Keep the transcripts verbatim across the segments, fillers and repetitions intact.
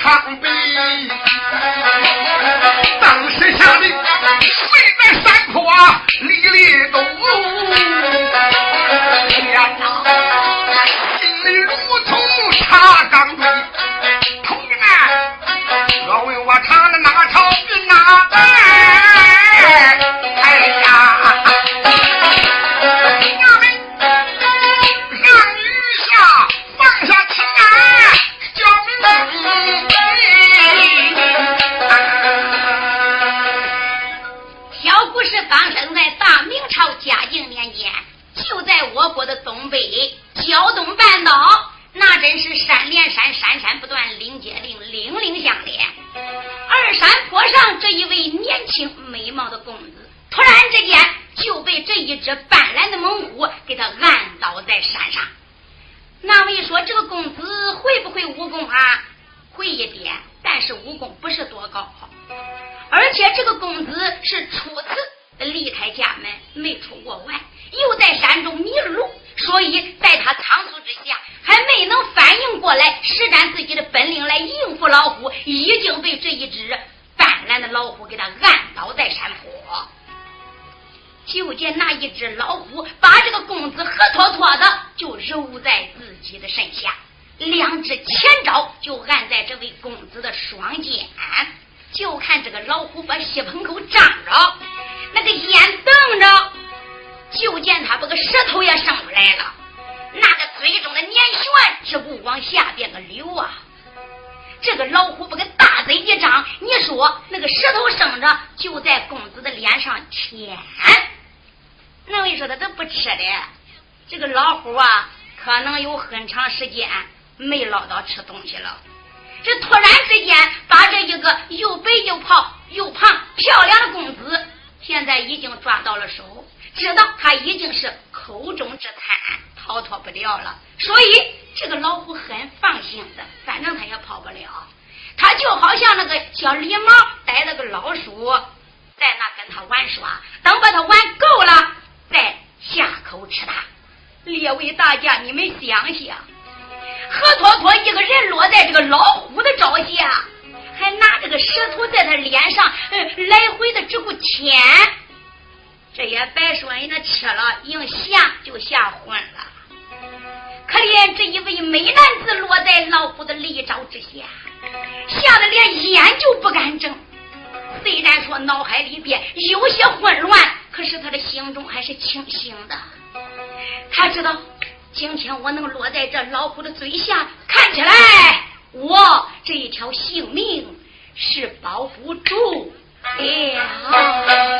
长臂，当时下令睡在山坡里里都天哪，心里如同插钢锥。同志们，若问我唱的哪朝是哪代？哎呀，衙门让余下放下情案，叫命。 小故事发生在大明朝嘉靖年间，就在我国的东北胶东半岛，那真是山连山，山山不断，岭接岭，岭岭相连。二山坡上这一位年轻美貌的公子，突然之间就被这一只斑斓的猛虎给他按倒在山上。那位说这个公子会不会武功啊？会一点，但是武功不是多高，而且这个公子是初次离开家门，没出过外，又在山中迷了路，所以在他仓促之下还没能反应过来施展自己的本领来应付老虎，已经被这一只斑斓的老虎给他按倒在山坡。就见那一只老虎把这个公子活脱脱的就揉在自己的身下，两只前爪就按在这位公子的双肩，就看这个老虎把血盆口张着，那个眼瞪着，就见他把个舌头也伸出来了，那个嘴中的粘涎只顾往下边个流啊。这个老虎把个大嘴一张，你说那个舌头伸着就在公子的脸上舔。那位说他都不吃的，这个老虎啊可能有很长时间没捞到吃东西了，这突然之间把这一个又白又胖又胖漂亮的公子现在已经抓到了手，知道他已经是口中之贪，逃脱不掉了，所以这个老虎很放心的，反正他也跑不了，他就好像那个小狸猫逮了个老鼠在那跟他玩耍，等把他玩够了再下口吃它。列位大家你们想想，何脱脱一个人落在这个老虎的爪下，还拿这个舌头在他脸上、呃、来回的只顾舔，这也白说人家吃了硬吓就吓昏了。可怜这一位美男子落在老虎的利爪之下，吓得连眼就不敢睁，虽然说脑海里边有些混乱，可是他的心中还是清醒的。他知道今天我能落在这老虎的嘴下，看起来我这一条性命是保不住了。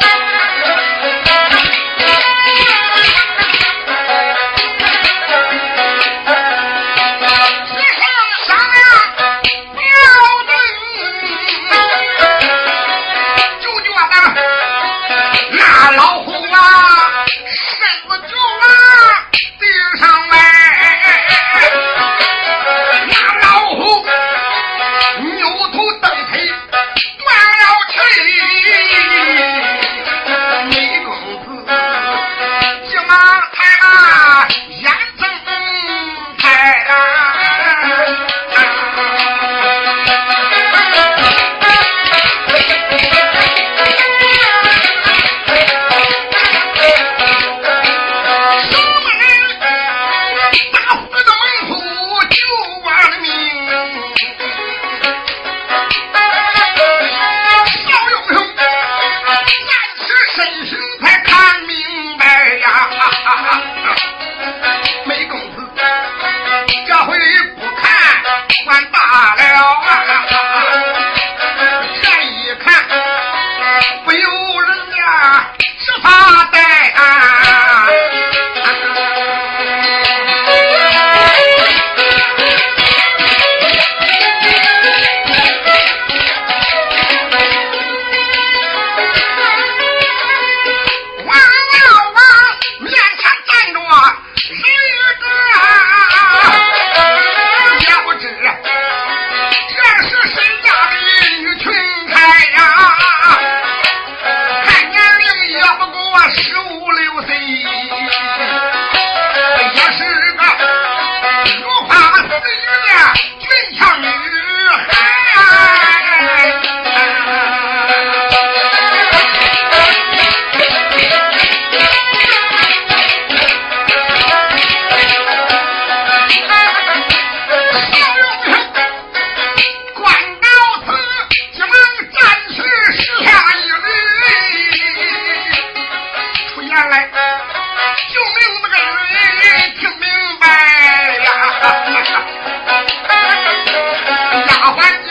没公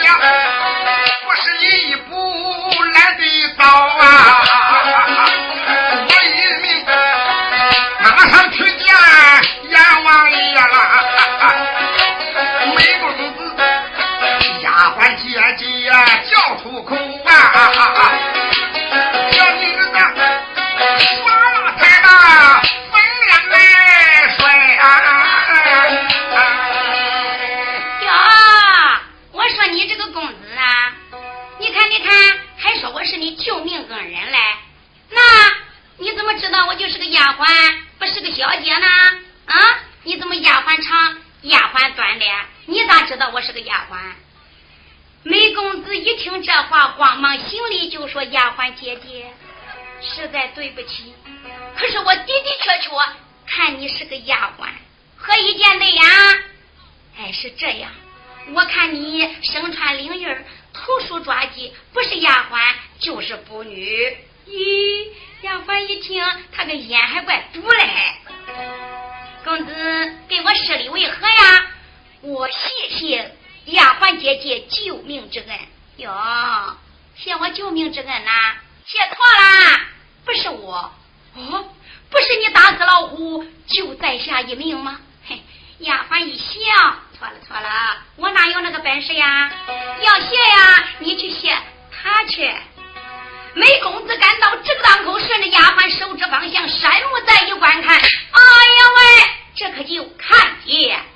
呀，不是一步来得早啊，我一命马上去见阎王爷了。梅公子丫鬟姐姐叫出口啊，小妮子耍了太大风脸来摔啊！ 哟，我说你这个公子啊，你看你看，还说我是你救命恩人嘞，那你怎么知道我就是个丫鬟，不是个小姐呢？啊，你怎么丫鬟长丫鬟短的？你咋知道我是个丫鬟？梅公子一听这话，慌忙行礼就说：“丫鬟姐姐，实在对不起，可是我的的确确看你是个丫鬟，何以见得呀？哎，是这样，我看你身穿绫衣，头梳抓髻，不是丫鬟就是妇女。咦，丫鬟一听，他个眼还怪堵嘞。公子给我施礼为何呀？我谢谢丫鬟姐姐救命之恩。哟，谢我救命之恩呐、啊？谢错啦，不是我。哦，不是你打死老虎救在下一命吗？嘿，丫鬟一笑，错了错了，我哪有那个本事呀？要谢呀，你去谢他去。梅公子赶到这个当口，顺着丫鬟手指方向，山木再一观看，哎呀喂，这可就看见了。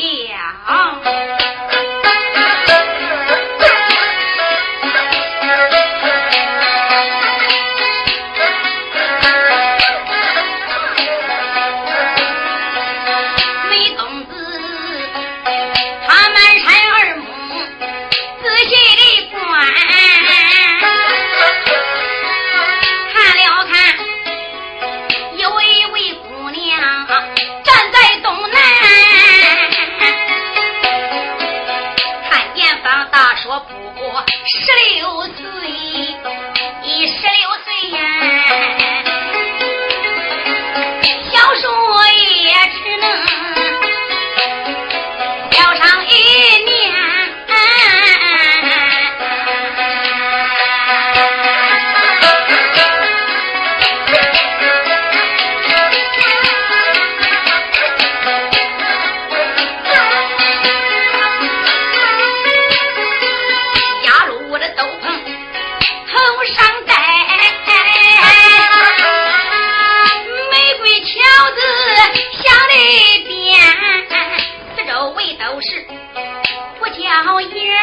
梅公子他满山耳目仔细地观，看了看有一位姑娘站在东南，看见方大说不过十六岁，一十六岁呀，小树也只能交上一年。都是不叫烟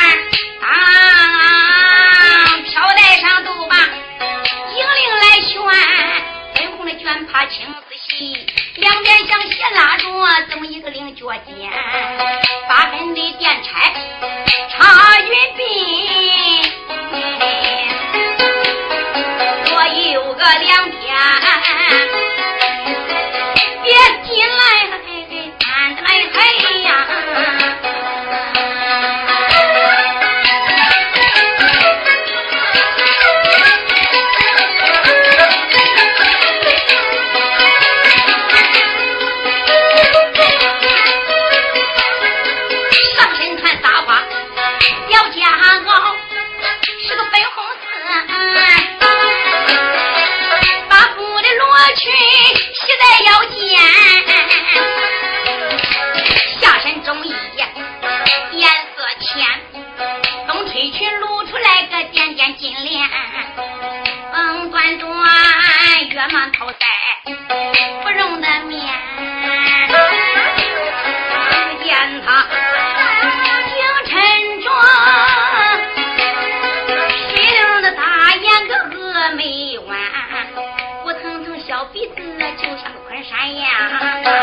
啊，飘带上都把银铃来旋，粉红的卷帕青丝细，两边像斜拉着这么一个菱角尖，八根的电钗插云鬓，左右个两边别进来了，看得来嘿呀，上身穿大花腰夹袄，是个粉红色，把布的罗裙系在腰间，下身中衣颜色浅，风吹去露出来个点点金莲，风端端月满头戴不容的面，见他挺沉着，水灵的大眼个峨眉弯，我腾腾小鼻子就像个昆山呀，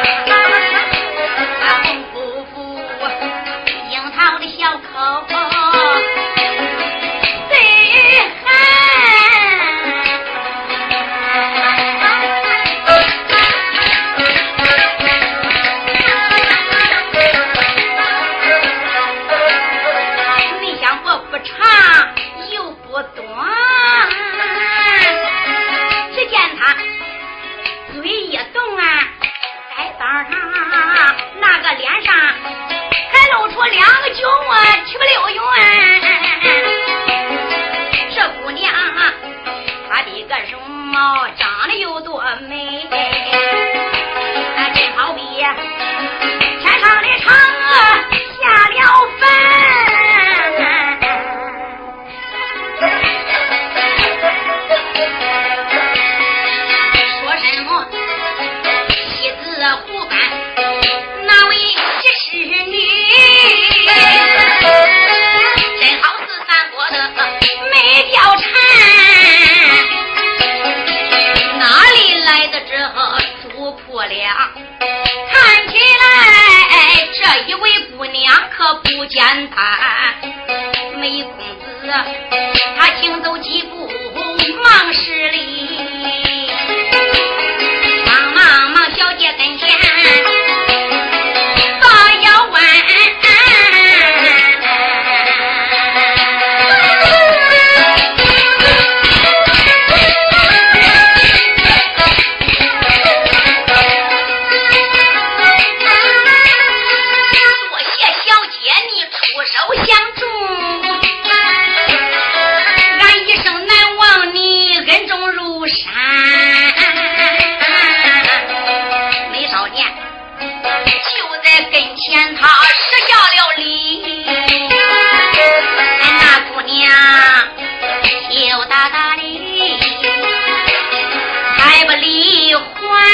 红夫妇樱桃的小口最寒， 他行走几步忙施礼，忙忙忙小姐跟前把腰弯，多谢小姐你出手相助，俺一生难忘你恩重如山。美少年就在跟前他施下了礼，那姑娘羞答答的还不离还。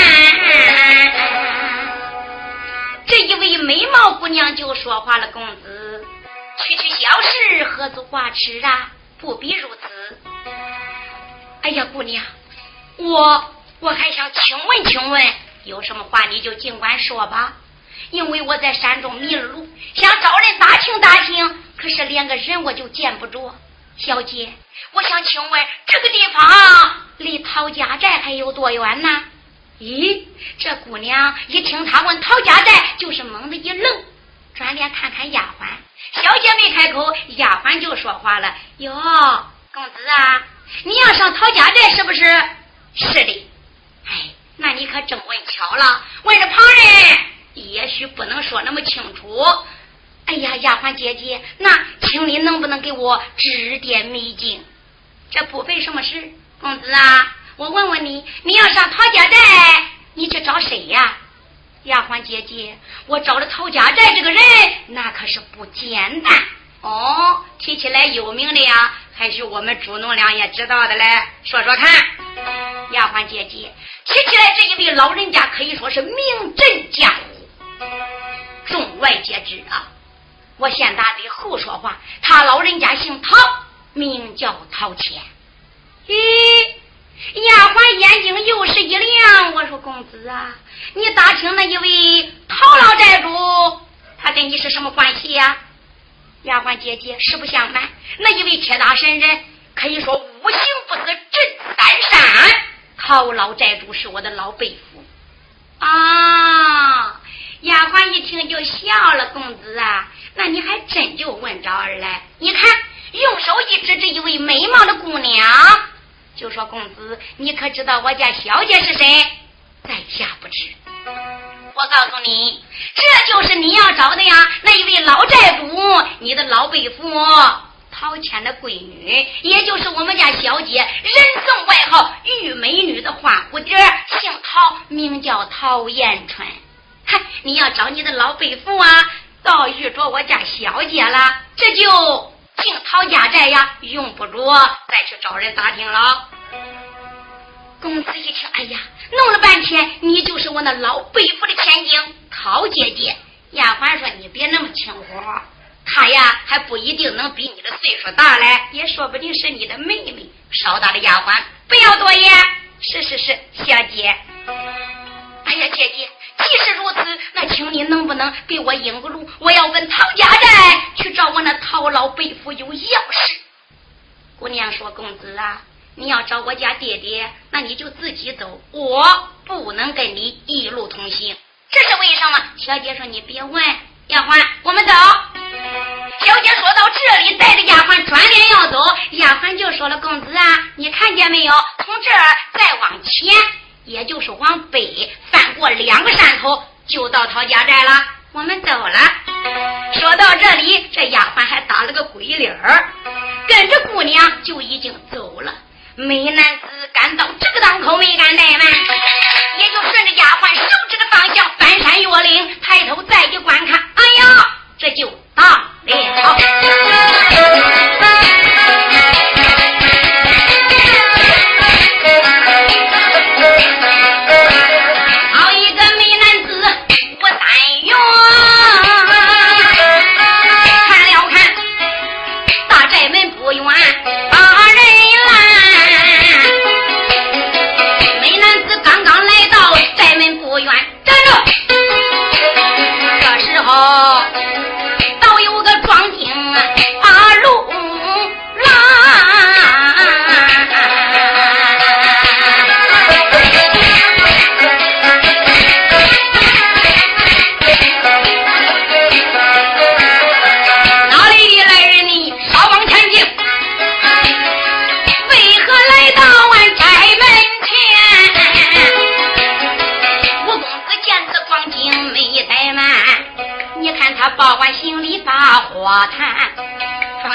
这一位美貌姑娘就说话了，公子区区小事何足挂齿啊，不必如此。哎呀姑娘，我我还想请问请问，有什么话你就尽管说吧，因为我在山中迷了路，想找人打听打听，可是连个人我就见不着。小姐，我想请问这个地方离陶家寨还有多远呢？咦，这姑娘一听他问陶家寨，就是猛地一愣，转脸看看丫鬟，小姐没开口，丫鬟就说话了：哟，公子啊，你要上陶家寨是不是？是的。哎，那你可真问巧了，问着旁人也许不能说那么清楚。哎呀，丫鬟姐姐，那请你能不能给我指点迷津？这不费什么事。公子啊，我问问你，你要上陶家寨，你去找谁呀？丫鬟姐姐，我找了陶家寨这个人，那可是不简单哦。提起来有名的呀，还是我们朱农良也知道的嘞，说说看。丫鬟姐姐，提起来这一位老人家可以说是名震江湖，众外皆知啊。我先打的后说话，他老人家姓陶，名叫陶谦。咦，丫鬟眼睛又是一亮，我说公子啊，你打听那一位陶老寨主，他跟你是什么关系呀？丫鬟姐姐，实不相瞒，那一位铁打神人可以说五行不得震三山，陶老寨主是我的老辈夫啊。丫鬟一听就笑了，公子啊，那你还真就问着儿来。你看，用手一指这一位美貌的姑娘，就说公子，你可知道我家小姐是谁？在下不知。我告诉你，这就是你要找的呀，那一位老寨主，你的老辈夫陶谦的闺女，也就是我们家小姐，人送外号玉美女的花蝴蝶，姓陶，名叫陶延春。嗨，你要找你的老辈夫啊，倒遇着我家小姐了，这就进陶家寨呀，用不着再去找人打听了。公子一听，哎呀，弄了半天你就是我那老辈夫的千金陶姐姐。丫鬟说，你别那么轻活，她呀还不一定能比你的岁数大嘞，也说不定是你的妹妹。稍大的丫鬟不要多言，是是是，小姐。哎呀，姐姐，即使如此，那请你能不能给我引个路，我要奔陶家寨去找我那陶老辈夫有要事。姑娘说，公子啊，你要找我家爹爹，那你就自己走，我不能跟你一路同行。这是为什么？小姐说，你别问。丫鬟，我们走。小姐说到这里，带着丫鬟转脸要走，丫鬟就说了，公子啊，你看见没有，从这儿再往前，也就是往北翻过两个山头，就到陶家寨了，我们走了。说到这里，这丫鬟还打了个鬼脸儿，跟着姑娘就已经走了。美男子赶到这个当口，没敢怠慢，也就顺着丫鬟手指的方向翻山越岭，抬头再一观看，哎呀，这就到了。好一个美男子我三元，看了看大寨门不远把人拦，美男子刚刚来到寨门不远，站住。这时候倒有个庄丁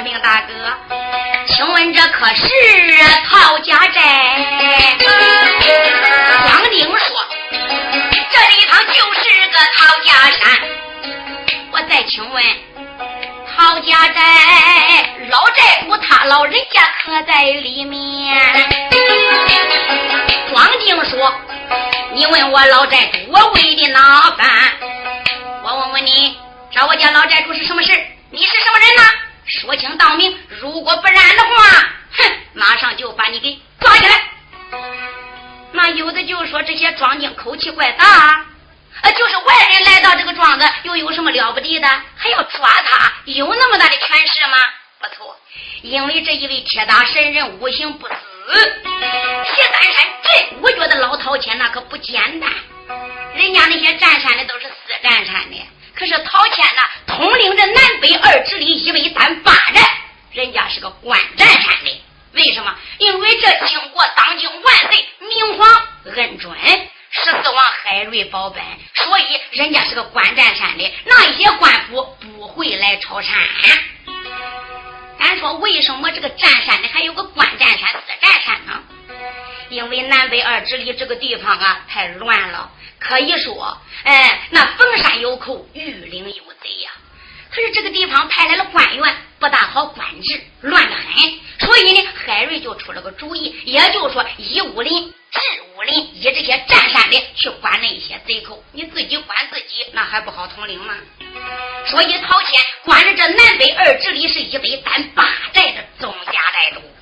庄丁大哥，请问这可是陶家寨？庄丁说，这地方就是个陶家山。我再请问，陶家寨老寨主他老人家可在里面？庄丁说，你问我老寨主我为的哪般？我问问你，找我家老寨主是什么事？你是什么人呢？说清道明，如果不然的话，哼，马上就把你给抓起来。那有的就说这些庄丁口气怪大，呃，就是外人来到这个庄子，又有什么了不得的？还要抓他？有那么大的权势吗？不错，因为这一位铁打神人无形不死，铁三山镇，我觉得老陶谦那可不简单。人家那些占山的都是死占山的，可是陶谦呢，统领着南北二直隶一为单八寨，人家是个官占山的。为什么？因为这经过当今万岁明皇恩准十四王海瑞保本，所以人家是个官占山的，那一些官府不会来抄山。咱说为什么这个占山的还有个官占山死占山呢？因为南北二直隶这个地方啊太乱了，可以说哎，那逢山有寇，遇岭有贼呀、啊。可是这个地方派来了官员，不大好管制，乱得很。所以呢，海瑞就出了个主意，也就是说以武林治武林，以这些占山的去管那些贼寇，你自己管自己，那还不好统领吗？所以陶谦管着这南北二直隶是一为单八寨的总家寨主。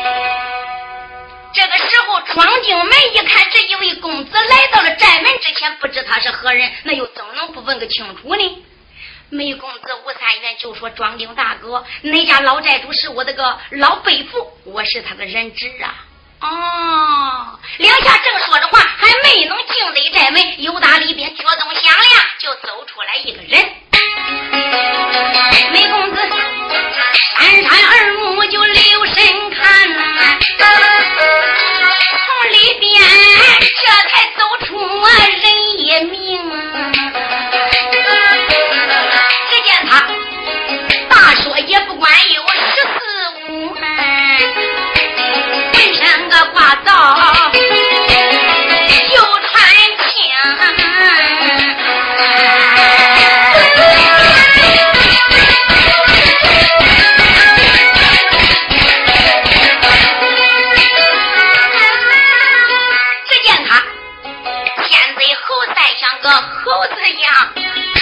这个时候庄丁们一看这一位公子来到了寨门之前，不知他是何人，那又怎么能不问个清楚呢？梅公子吴三元就说，庄丁大哥，那家老寨主是我的个老辈父，我是他的人质啊。哦，两下正说着话，还没能进得寨门，有打里边脚动响亮，就走出来一个人。梅公子闪闪耳目就留神看啊，从里边这才走出人也明啊。只见他大说也不管有十四五，浑身个挂皂就穿青，只见他尖嘴猴腮像个猴子一样，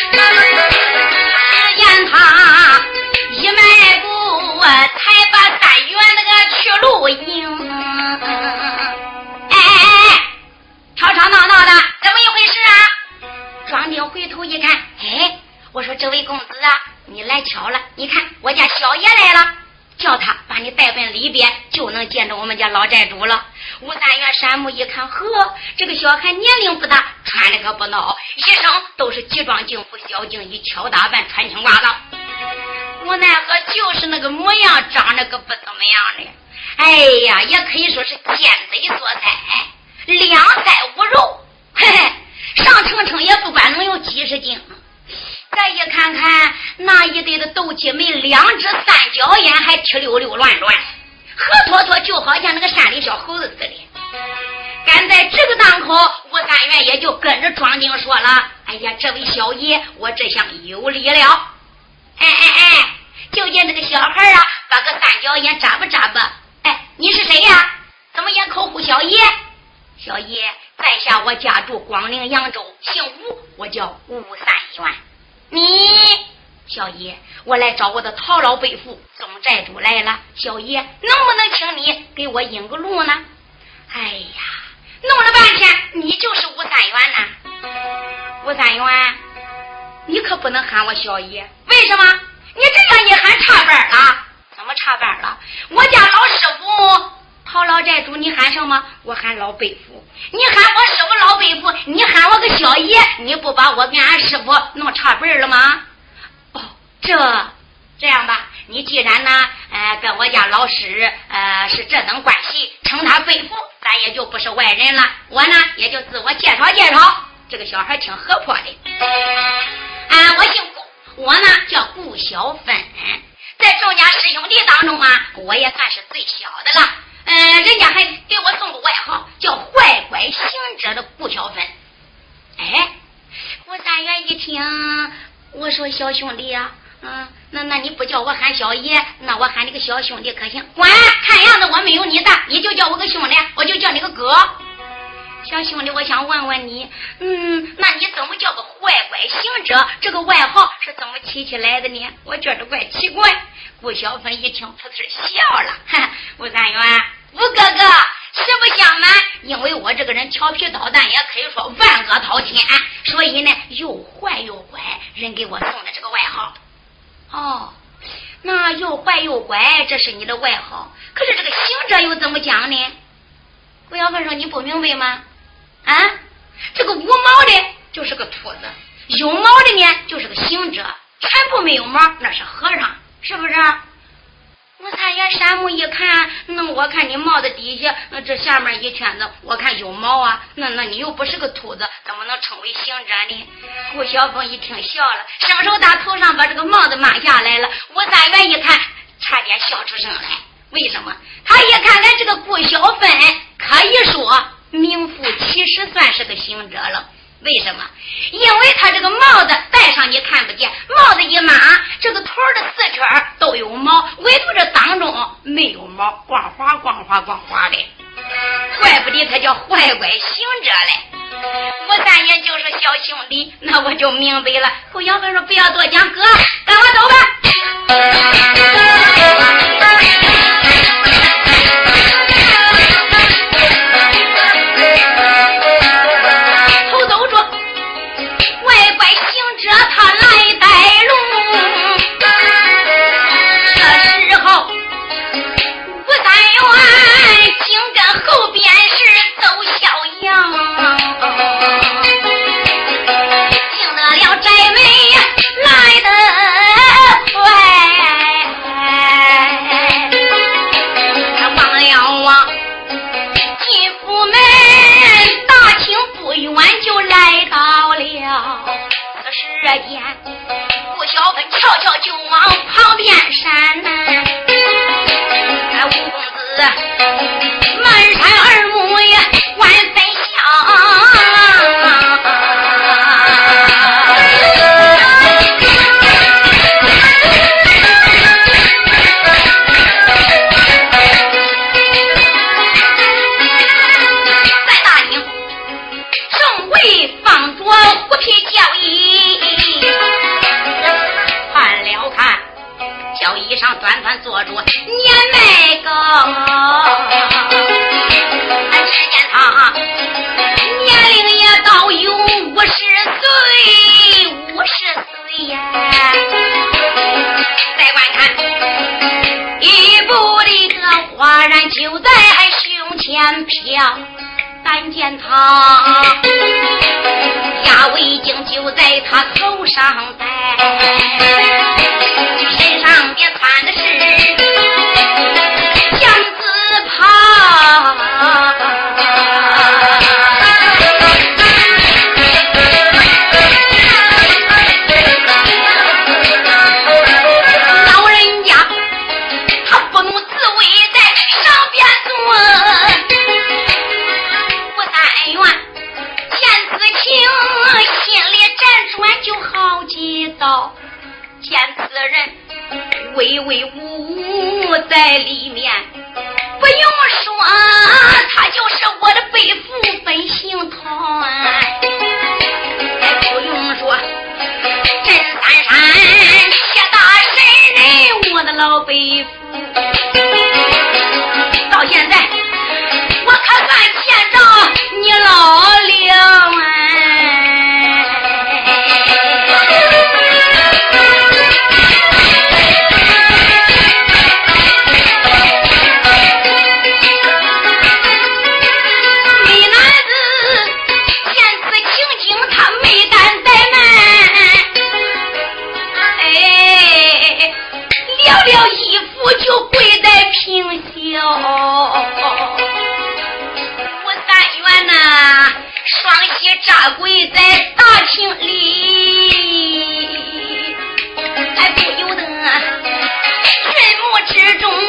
只见他一迈步才把三元那个去路迎。哎哎哎，吵吵闹闹的，怎么一回事啊？庄丁回头一看，哎，我说这位公子啊，你来巧了，你看我家小爷来了，叫他把你带奔里边，就能见着我们家老寨主了。吴三元山木一看，呵，这个小孩年龄不大，穿的可不孬，一身都是吉装警服小径衣，巧打扮，穿青挂道。无奈何就是那个模样，长得个不怎么样的。哎呀，也可以说是奸贼所在，两腮无肉，嘿嘿，上称称也不管能有几十斤。再一看看那一对的斗鸡眉，两只三角眼还踢溜溜乱乱，活脱脱就好像那个山里小猴子似的。赶在这个当口，吴三元也就跟着庄丁说了，哎呀，这位小爷，我这厢有礼了。哎哎哎，就见这个小孩啊，把个三角眼眨巴眨巴。哎，你是谁呀？怎么也口呼小爷？小爷，在下我家住广陵扬州，姓吴，我叫吴三元。你，小爷，我来找我的陶老辈父总寨主来了。小爷，能不能请你给我引个路呢？哎呀，弄了半天，你就是吴三元呐！吴三元，你可不能喊我小爷，为什么？你这样你喊差班了？怎么差班了？我家老师傅陶老寨主，你喊什么？我喊老辈父。你喊我师傅老辈父，你喊我个小爷，你不把我跟俺师傅弄差辈了吗？哦，这这样吧，你既然呢，呃，跟我家老师呃是这等关系，称他辈父，咱也就不是外人了。我呢，也就自我介绍介绍。这个小孩挺活泼的。啊，我姓顾，我呢叫顾小芬，在众家师兄弟当中啊，我也算是最小的了。嗯、呃，人家还给我送个外号叫坏乖行者的顾小芬。哎，我三元一听，我说小兄弟啊，嗯，那那你不叫我喊小爷，那我喊你个小兄弟可行？管，看样子我没有你大，你就叫我个兄弟，我就叫你个哥。小兄弟，我想问问你，嗯，那你怎么叫个坏乖行者？这个外号是怎么起起来的呢？我觉得怪奇怪。顾小芬一听，噗嗤笑了，哈，吴三元，吴哥哥，实不相瞒，因为我这个人调皮捣蛋，也可以说万恶滔天，所以呢，又坏又乖，人给我送的这个外号。哦，那又坏又乖，这是你的外号。可是这个行者又怎么讲呢？顾小芬说：“你不明白吗？啊，这个无毛的就是个秃子，有毛的呢就是个行者，全部没有毛那是和尚，是不是？”我三爷山木一看，那我看你帽子底下这下面一圈子，我看有毛啊，那那你又不是个秃子，怎么能称为行者呢？顾小凤一听笑了，伸手打头上把这个帽子抹下来了。我三爷一看，差点笑出声来。为什么？他一看看这个顾小芬，可以说名副其实算是个行者了。为什么？因为他这个帽子戴上你看不见，帽子一抹，这个头的四圈都有毛，唯独这当中没有毛，光滑光滑光滑的，怪不得他叫坏乖行者嘞。我三爷就说小兄弟，那我就明白了。顾小芬说不要多讲，哥，跟我走吧。他来带路，这时候吴三元紧跟后边是走逍遥，进得了宅门来得快，他望了望进府门，大厅不远就来到了。时间，顾小芬悄悄就往旁边闪呐、啊，吴公子满山耳目呀，万分香。在大厅，正位放着虎皮交椅。看了看交椅上端端坐着年迈高，只见他年龄也到有五十岁五十岁呀。再观看一步的个花髯就在胸前飘，但见他压围巾就在他头上戴，身上边穿的是将子袍，老人家他不能自卫在上边坐，我三元见此情心里辗转就好几道，见此人威威武武在里面，不用说他就是我的背父本姓唐，哎，不用说镇三山谢大神人我的老背父，到现在我可算见着你老了啊。就跪在平袖，我三元呐，双膝扎跪在大厅里，还不由得人目之中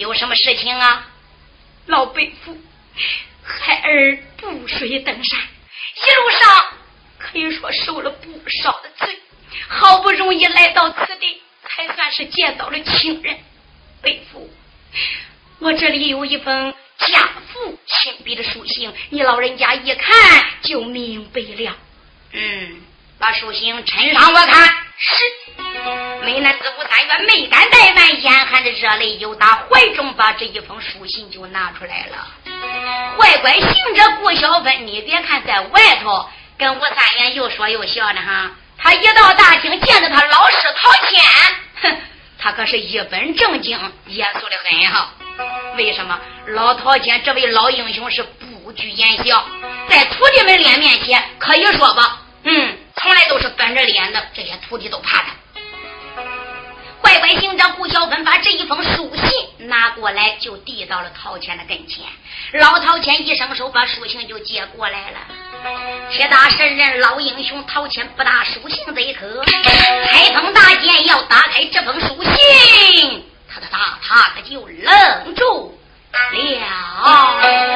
有什么事情啊？老辈夫，孩儿不水登山，一路上可以说受了不少的罪，好不容易来到此地，才算是见到了亲人。辈夫，我这里有一封家父亲笔的书信，你老人家一看就明白了。嗯，把书信呈上我看。是。美男子吴三元没敢怠慢，眼含着热泪由打怀中把这一封书信就拿出来了。坏乖行者顾小芬，你别看在外头跟吴三元又说又笑呢哈，他一到大厅见着他老师陶谦，哼，他可是一本正经严肃的很哈。为什么？老陶谦这位老英雄是不拘言笑，在徒弟们脸面前可以说吧，嗯，从来都是板着脸的，这些徒弟都怕他。乖乖行者顾小芬把这一封书信拿过来，就递到了陶谦的跟前。老陶谦一伸手把书信就接过来了。铁大神人老英雄陶谦不大书信这一刻，开封大剑要打开这封书信，他的大他可就愣住了。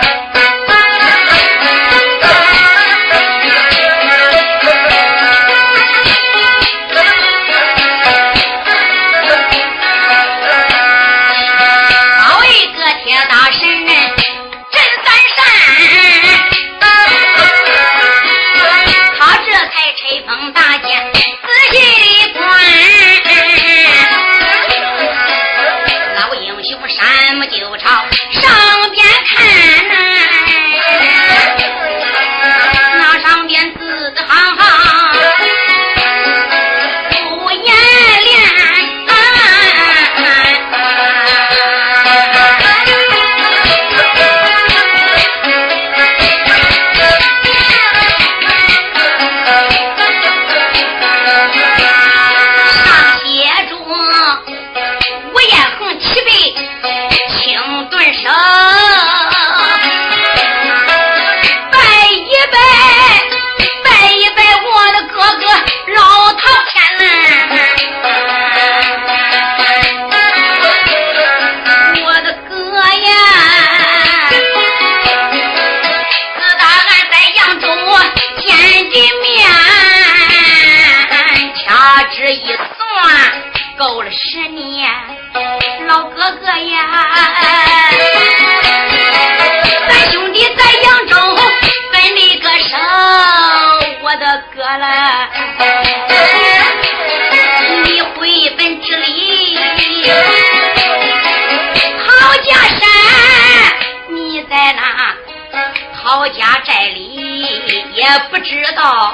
不知道，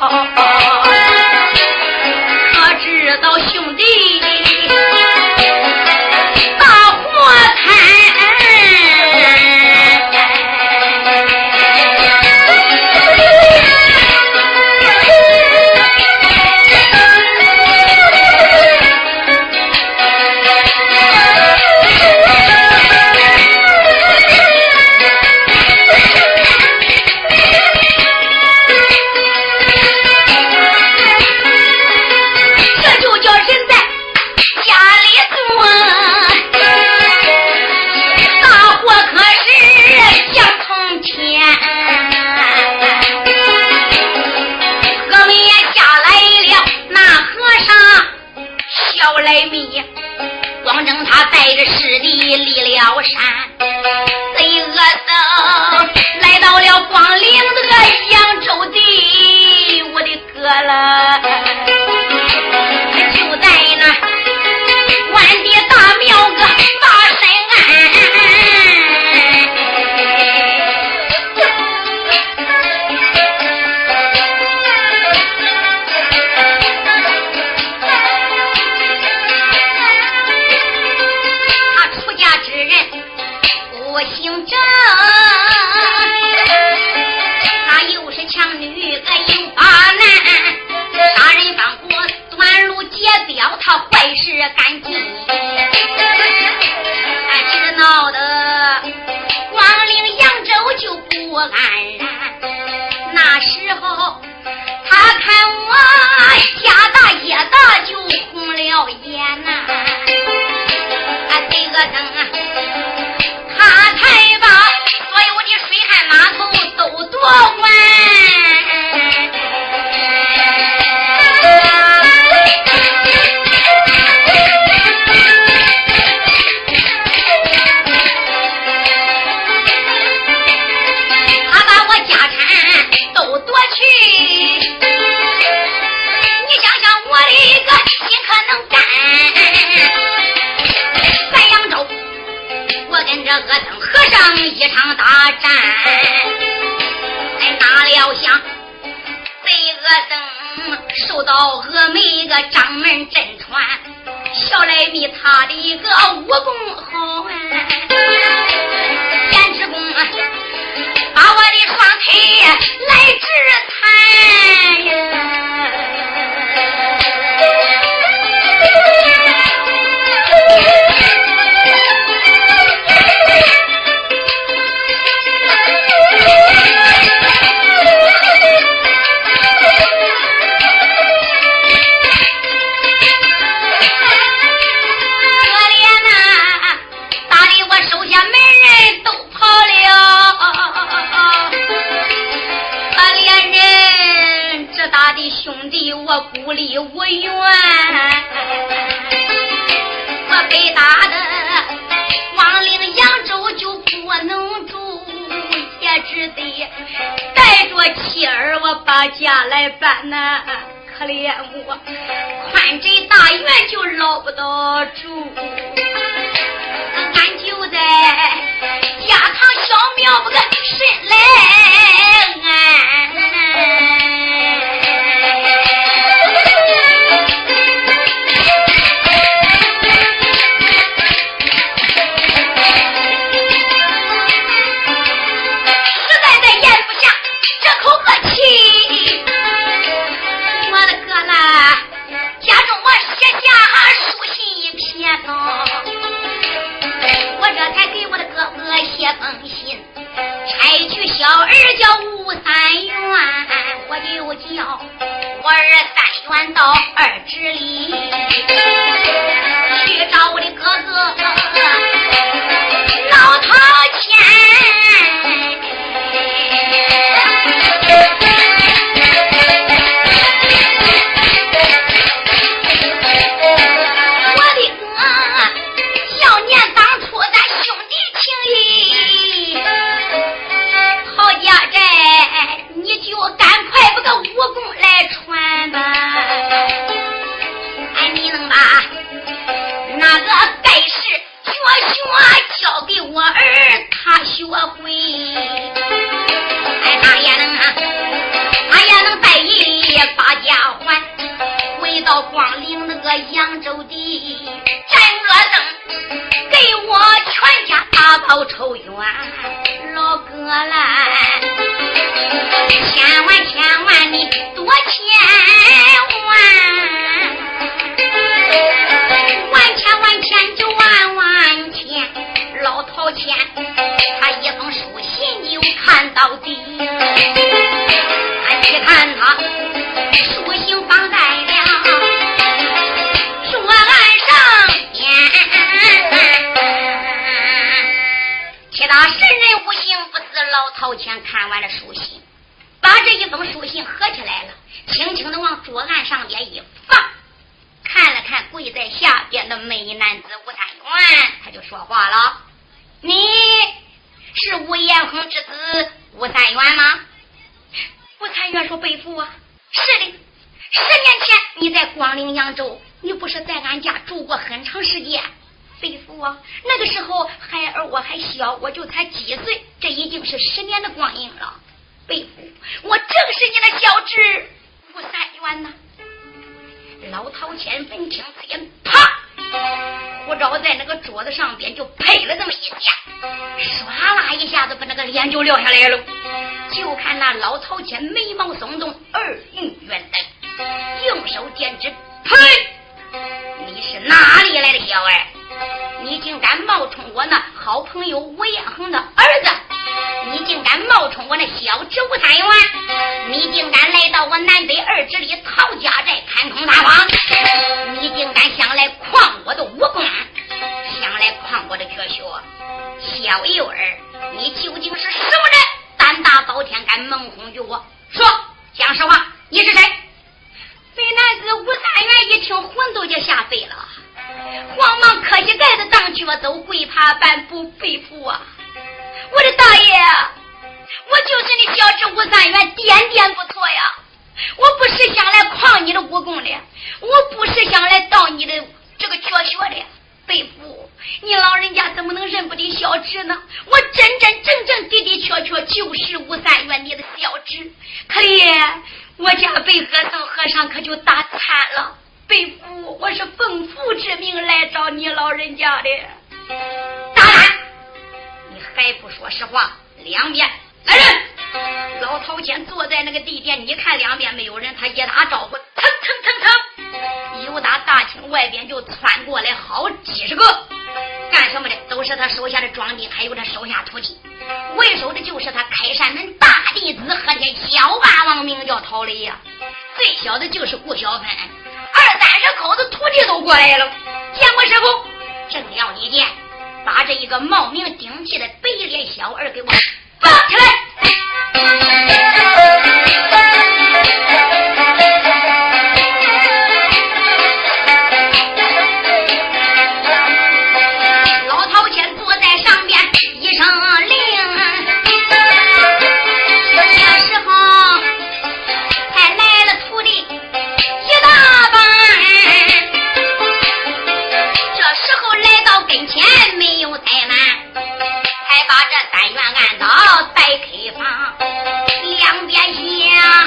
可知道兄弟大祸摊。眼呐、啊，这个灯啊。 跟着阿僧和尚一场大战。哎，哪料想这阿僧受到峨眉个掌门真传，小来比他的一个武功好啊，颜值功把我的双腿来制裁呀。兄弟我孤立无援，我被打的亡灵扬州就不能住，也只得带着妻儿我把家来搬呐。可怜我宽窄大院就捞不到住，俺就在家堂小庙不个深来安。我这才给我的哥哥写封信，差去小儿叫吴三元，我就叫我儿三元到二指里去找我的哥哥老陶钱。武功来传吧，哎，你能把那个盖世绝学交给我儿，他学会，哎，他也能啊，他也能带一把家还，回到光陵那个扬州地，战阿僧，给我全家大报仇冤，老哥来。千万千万你多千万，万千万千就万万千，老陶钱他一封书信就看到底，俺去看他书信放在了桌案上边，其他神人无形不知老陶钱看完了书信，把这一封书信合起来了，轻轻地往桌案上边一放，看了看跪在下边的美男子吴三元，他就说话了：你是吴延衡之子吴三元吗？吴三元说：背父啊，是的，十年前你在光陵扬州，你不是在俺家住过很长时间？背父啊，那个时候孩儿我还小，我就才几岁，这已经是十年的光阴了。背父，我正是你的小侄吴三元呐！老陶谦闻听此言，啪，胡招在那个桌子上边就拍了这么一下，唰啦一下子把那个脸就撂下来了。就看那老陶谦眉毛耸动，耳鬓圆瞪，用手点指，呸！你是哪里来的小儿？你竟敢冒充我那好朋友吴彦衡的儿子！你竟敢冒充我那小侄吴三元！你竟敢来到我南北二指里陶家寨看空大王！你竟敢想来诓我的武功，想来诓我的绝学！小幼儿，你究竟是什么人？胆大包天，敢蒙哄于我？说，讲实话，你是谁？美男子吴三元一听，魂都就吓飞了，慌忙磕膝盖子当脚走，跪爬半步，背负啊！我的大爷，我就是你小侄吴三元，点点不错呀！我不是想来诓你的武功的，我不是想来盗你的这个绝学的。 背父，你老人家怎么能认不得小侄呢？我真真正正的的确确就是吴三元你的小侄，可怜我家北和尚和尚可就打惨了。背父，我是奉父之命来找你老人家的。大胆，你还不说实话？两边来人！老头前坐在那个地垫，你看两边没有人，他一打招呼，腾腾腾腾，有打大厅外边就窜过来好几十个，干什么的？都是他手下的庄丁，还有他手下徒弟。为首的就是他开山门大弟子和天小霸王，名叫陶雷呀。最小的就是顾小芬，二三十口子徒弟都过来了。见过师傅，正要你见，把这一个冒名顶替的白脸小儿给我放起来。老头前坐在上边一声令，这时候才来了徒弟一大班，这时候来到跟前没有怠慢，才把这三元按倒摆开房，两边下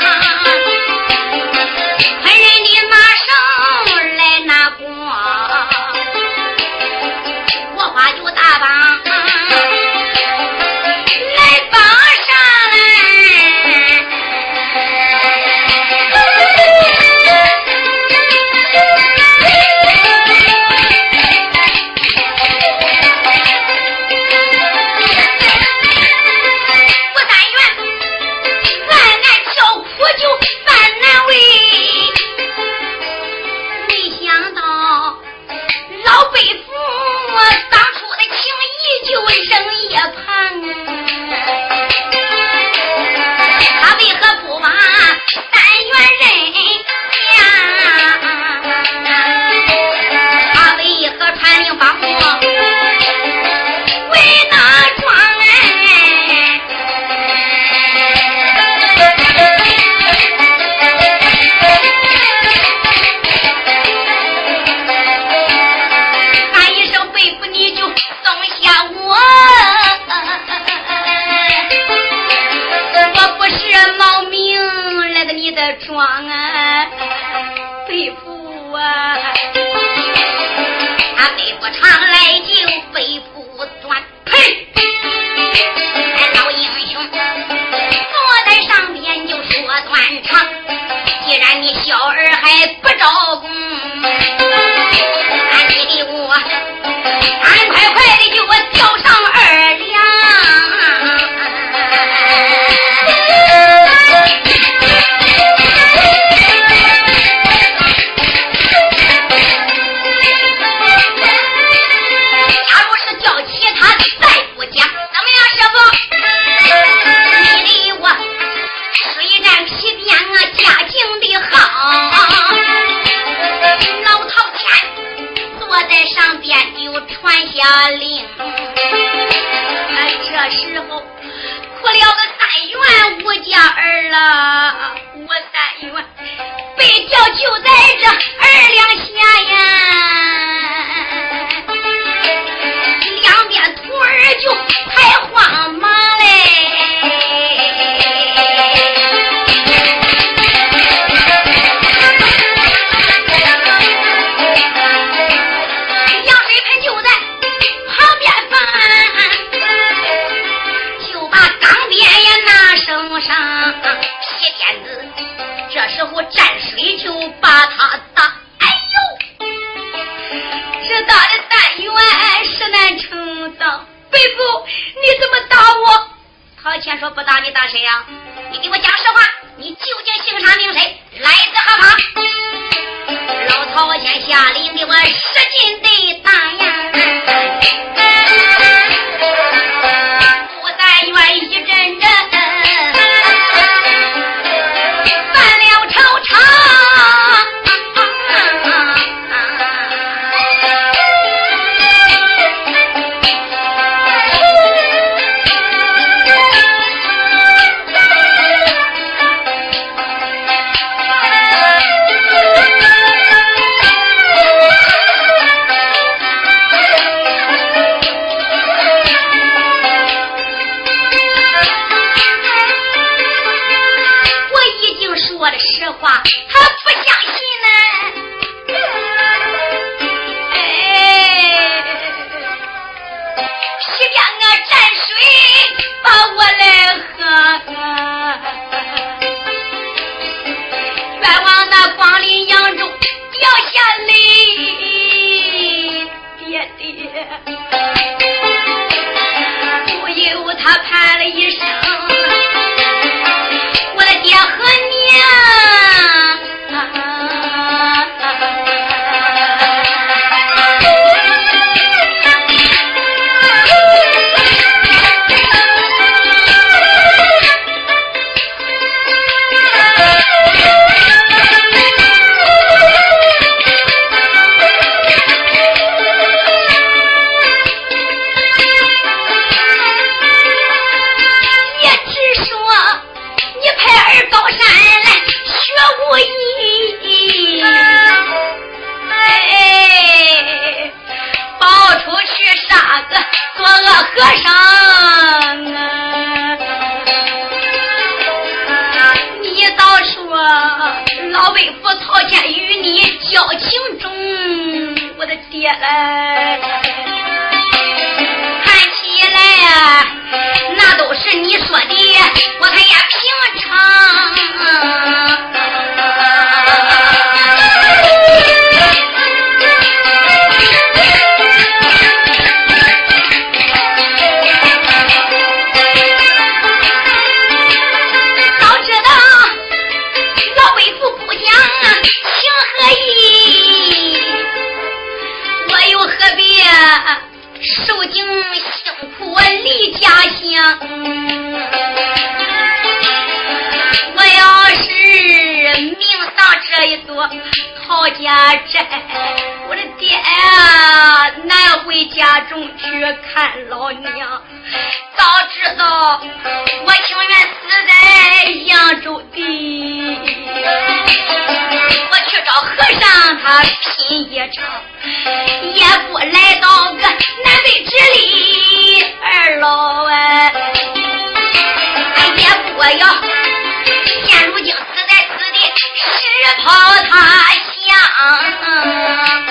快人的马上来拿光，我花就大帮来帮上来。我但愿万难叫苦就万难为，没想到老辈父当初的情谊就扔一旁，他为何不把但愿认下？他为何传令帮我为哪桩哎？喊一声背负你就松下我，我不是冒名来的你的庄啊，背负啊，他背负常来就背负断，呸！老英雄坐在上边就说断肠，既然你小儿还不招供，俺你的我俺快快的就我交上二两。假如是叫其他再不讲，怎么样师傅？你的我水战皮鞭啊，家境的好，老头前坐在上边就传下令。这时候哭了个三元吴家儿了，吴三元被叫就在这二两下呀，两边徒儿就太慌忙嘞。羊水盆就在旁边放，就把钢鞭也拿手上，皮鞭子这时候沾水就把他打。哎呦，这打的三元实难成道。背部你怎么打我？陶谦说不打你打谁呀、啊？你给我讲实话，你究竟姓啥名谁，来自何方？老陶谦下令给我使劲的打呀，吴三元一阵阵犯了朝场， 去边啊蘸水把我来喝，冤枉那光临扬州掉下泪，爹爹不由他盼了一声，我的爹和娘和尚啊，你倒说老为父曹家与你交情重，我的爹来看起来啊，那都是你说的，我看也平常。受尽辛苦离家乡，我要是命丧这一座陶家寨，我的爹啊难回家中去看老娘，早知道我情愿死在扬州地，我去找和尚他拼一场，也不来到个南北之里，二老啊，也不要现如今死在此地，石抛他乡。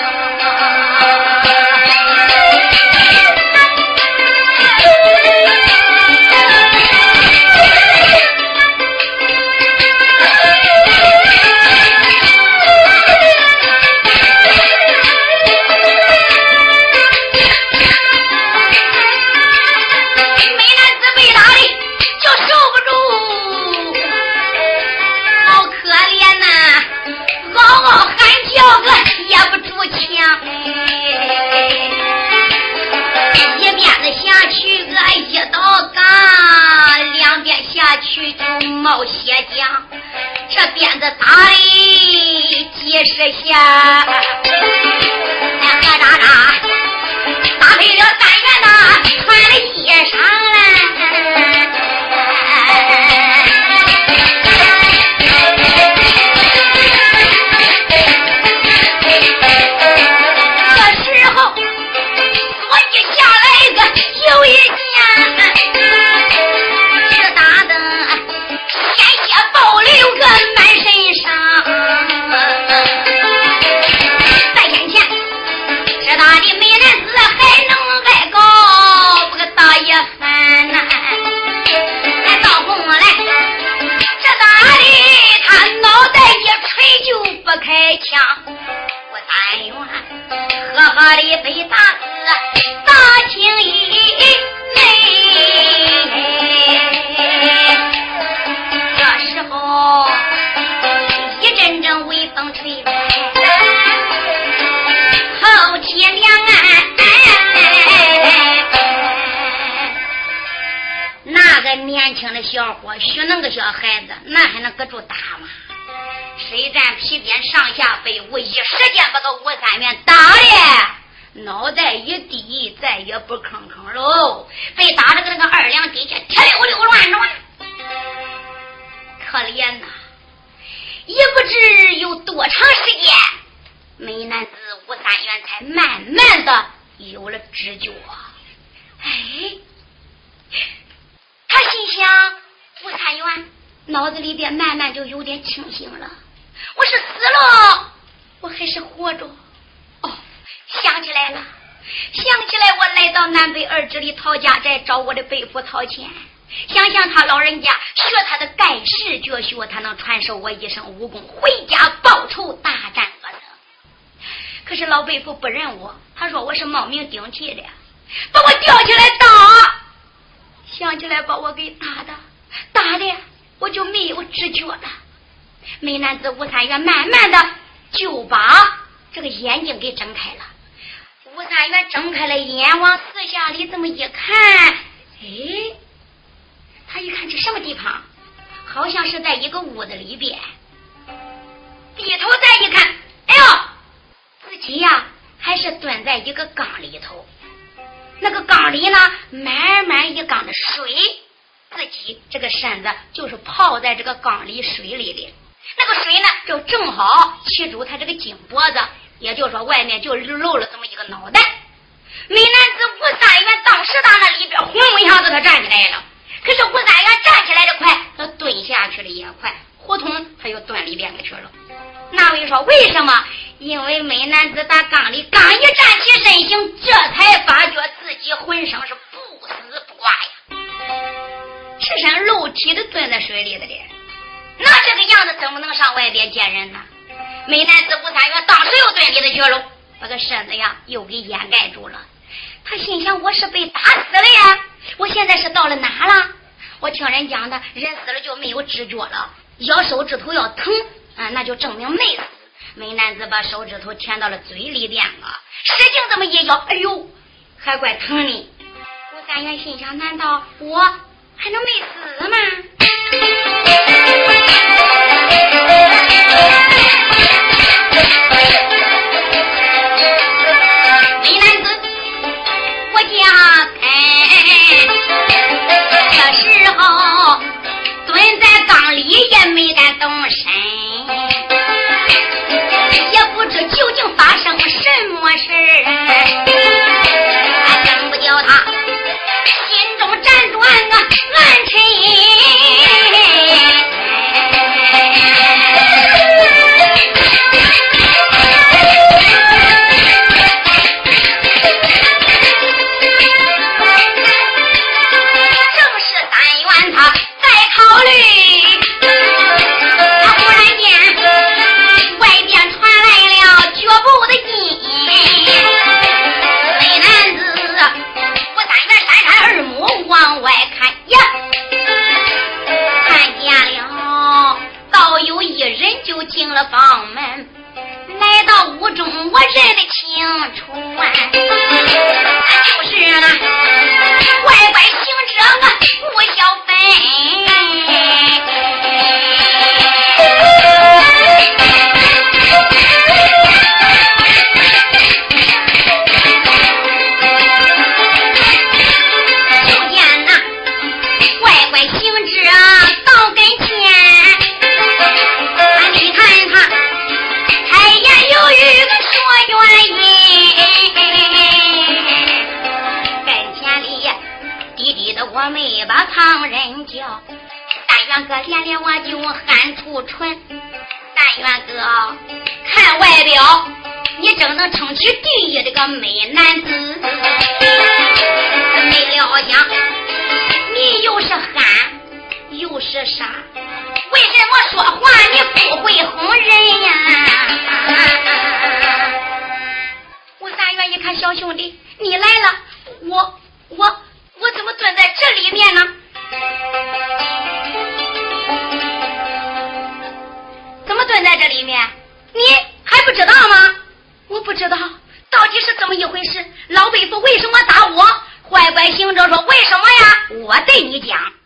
叫个也不住枪，一边子下去个一道杠，两边下去就冒血浆，这鞭子打的几十下，哎哈喳喳，打飞了三元呐，穿了衣裳了。有一件只打的鲜血暴流个满身上，在眼前这打的美男子还能挨告，不个大爷喊呐，还到红来，这打的他脑袋一锤就不开枪，我但愿呵呵的被打死大情一这时候一阵阵微风吹来，后天两岸那个年轻的小伙许那个小孩子那还能搁住打吗？谁战皮鞭上下飞舞，一时间把个吴三元打的脑袋一低，再也不吭吭喽，被打的跟那个二两地下铁溜溜乱转。可怜呐，也不知有多长时间，美男子吴三元才慢慢的有了知觉。哎，他心想，吴三元脑子里边慢慢就有点清醒了，我是死了，我还是活着。哦，想起来了， 想起来我来到南北二支里陶家寨找我的背父讨钱，想想他老人家学他的盖世绝学，他能传授我一身武功，回家报仇大战恶僧。可是老背父不认我，他说我是冒名顶替的，把我吊起来打，想起来把我给打的打的我就没有知觉了。美男子吴三元慢慢的就把这个眼睛给睁开了。吴三元睁开了眼，往四下里这么一看，哎，他一看这什么地方，好像是在一个屋子里边。低头再一看，哎呦，自己呀还是蹲在一个缸里头，那个缸里呢满满一缸的水，自己这个身子就是泡在这个缸里水里的，那个水呢就正好吸住他这个颈脖子，也就是说外面就露了这么一个脑袋。美男子吴三元当时到那里边轰一下子他站起来了，可是吴三元站起来的快，他蹲下去的也快，胡同他又蹲里边去了。那位说为什么？因为美男子打缸里刚一站起身形，这才发觉自己浑身是不死不挂呀，赤身露体的蹲在水里的的，那这个样子怎么能上外边见人呢？美男子吴三元当时又蹲里的去了，把个身子呀又给掩盖住了。他心想我是被打死了呀，我现在是到了哪了？我听人讲的人死了就没有知觉了，咬手指头要疼啊，那就证明没死。美男子把手指头填到了嘴里边啊，使劲这么一咬，哎呦还怪疼呢。吴三元心想难道我还能没死吗？美男子我家开这时候蹲在缸里也没敢动身，也不知究竟发生什么事，还真不叫他心中辗转啊暗沉。正是三元他在考虑，他忽然间外边传来了脚步的音，美男子吴三元闪闪耳目往外看呀，看见了倒有一人就进了房门，来到屋中我认得清楚啊，就是那乖乖行者啊吴小芬。就见那乖乖行者到跟前，你看他开言有语个说原因，跟前里弟弟的我没把旁人叫，三元哥连连我就喊出唇，三元哥看外表你正能称起第一这个美男子，没料想你又是憨又是傻，为什么说话你不会哄人呀？吴三元一看小兄弟你来了，我我我怎么蹲在这里面呢？怎么蹲在这里面？你还不知道吗？我不知道到底是怎么一回事，老辈夫为什么打我？坏乖行者说为什么呀？我对你讲。